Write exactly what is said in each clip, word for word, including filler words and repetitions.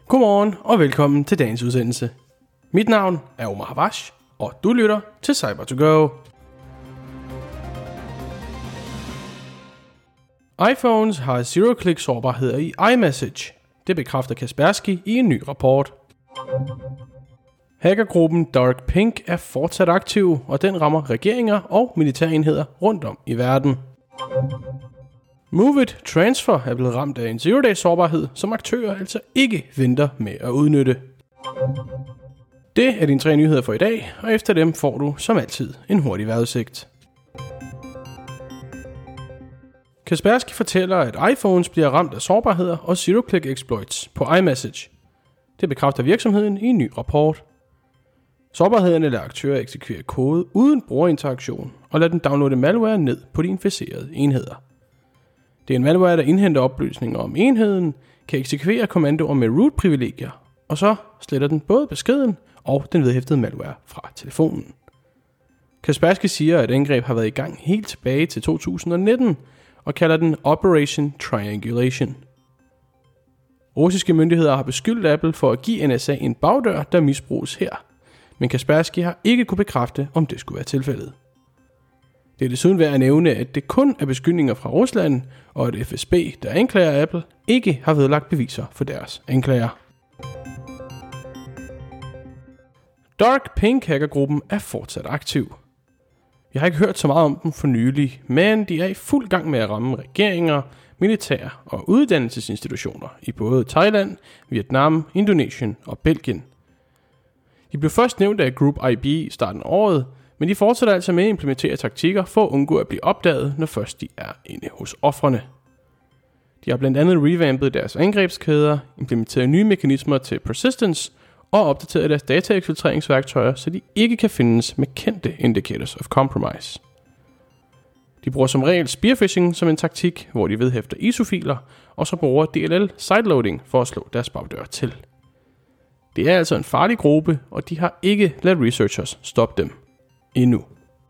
Godmorgen og velkommen til dagens udsendelse. Mit navn er Omar Havash, og du lytter til Cyber to Go. iPhones har zero-click sårbarheder i iMessage. Det bekræfter Kaspersky i en ny rapport. Hackergruppen Dark Pink er fortsat aktiv, og den rammer regeringer og militærenheder rundt om i verden. Movit Transfer er blevet ramt af en zero-day sårbarhed, som aktører altså ikke venter med at udnytte. Det er dine tre nyheder for i dag, og efter dem får du som altid en hurtig vejrudsigt. Kaspersky fortæller, at iPhones bliver ramt af sårbarheder og zero-click exploits på iMessage. Det bekræfter virksomheden i en ny rapport. Sårbarhederne lader aktører eksekvere kode uden brugerinteraktion og lader den downloade malware ned på de inficerede enheder. Det er en malware, der indhenter oplysninger om enheden, kan eksekvere kommandoer med root-privilegier, og så sletter den både beskeden og den vedhæftede malware fra telefonen. Kaspersky siger, at angreb har været i gang helt tilbage til to tusind og nitten, og kalder den Operation Triangulation. Russiske myndigheder har beskyldt Apple for at give N S A en bagdør, der misbruges her, men Kaspersky har ikke kunne bekræfte, om det skulle være tilfældet. Det er desuden værd at nævne, at det kun er beskyldninger fra Rusland, og at F S B, der anklager Apple, ikke har vedlagt beviser for deres anklager. Dark Pink hackergruppen er fortsat aktiv. Jeg har ikke hørt så meget om dem for nylig, men de er i fuld gang med at ramme regeringer, militær og uddannelsesinstitutioner i både Thailand, Vietnam, Indonesien og Belgien. De blev først nævnt af Group I B i starten af året, men de fortsætter altså med at implementere taktikker for at undgå at blive opdaget, når først de er inde hos ofrene. De har blandt andet revampet deres angrebskæder, implementeret nye mekanismer til persistence og opdateret deres dataeksfiltreringsværktøjer, så de ikke kan findes med kendte indicators of compromise. De bruger som regel spearphishing som en taktik, hvor de vedhæfter I S O-filer, og så bruger D L L sideloading for at slå deres bagdør til. Det er altså en farlig gruppe, og de har ikke ladet researchers stoppe dem. Endnu.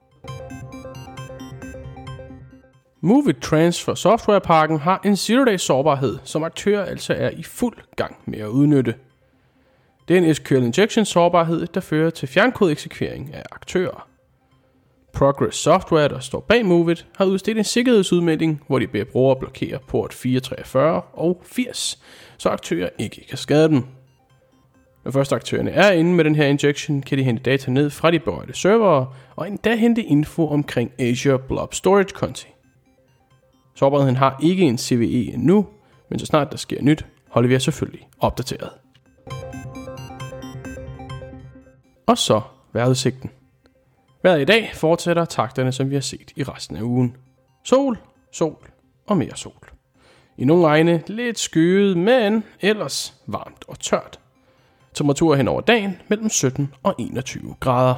Movit Transfer softwarepakken har en zero-day sårbarhed, som aktører altså er i fuld gang med at udnytte. Det er en S Q L injection sårbarhed, der fører til fjernkodeeksekvering af aktører. Progress Software, der står bag Movit, har udstedt en sikkerhedsudmelding, hvor de beder brugere blokere port fire treogfyrre og firs, så aktører ikke kan skade dem. Når først aktørerne er inde med den her injection, kan de hente data ned fra de berørte servere, og endda hente info omkring Azure Blob Storage konti. Sårbarheden har ikke en C V E endnu, men så snart der sker nyt, holder vi jer selvfølgelig opdateret. Og så vejrudsigten. Vejret i dag fortsætter takterne, som vi har set i resten af ugen. Sol, sol og mere sol. I nogle egne lidt skyet, men ellers varmt og tørt. Temperaturer hen over dagen mellem sytten og enogtyve grader.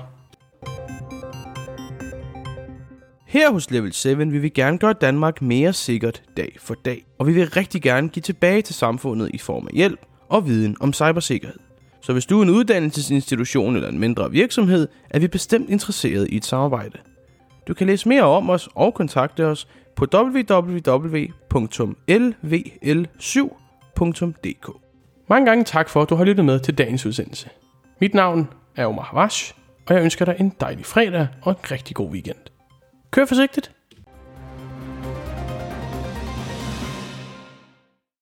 Her hos Level syv vil vi gerne gøre Danmark mere sikkert dag for dag, og vi vil rigtig gerne give tilbage til samfundet i form af hjælp og viden om cybersikkerhed. Så hvis du er en uddannelsesinstitution eller en mindre virksomhed, er vi bestemt interesseret i et samarbejde. Du kan læse mere om os og kontakte os på w w w punktum l v l syv punktum d k. Mange gange tak for, at du har lyttet med til dagens udsendelse. Mit navn er Omar Havash, og jeg ønsker dig en dejlig fredag og en rigtig god weekend. Kør forsigtigt!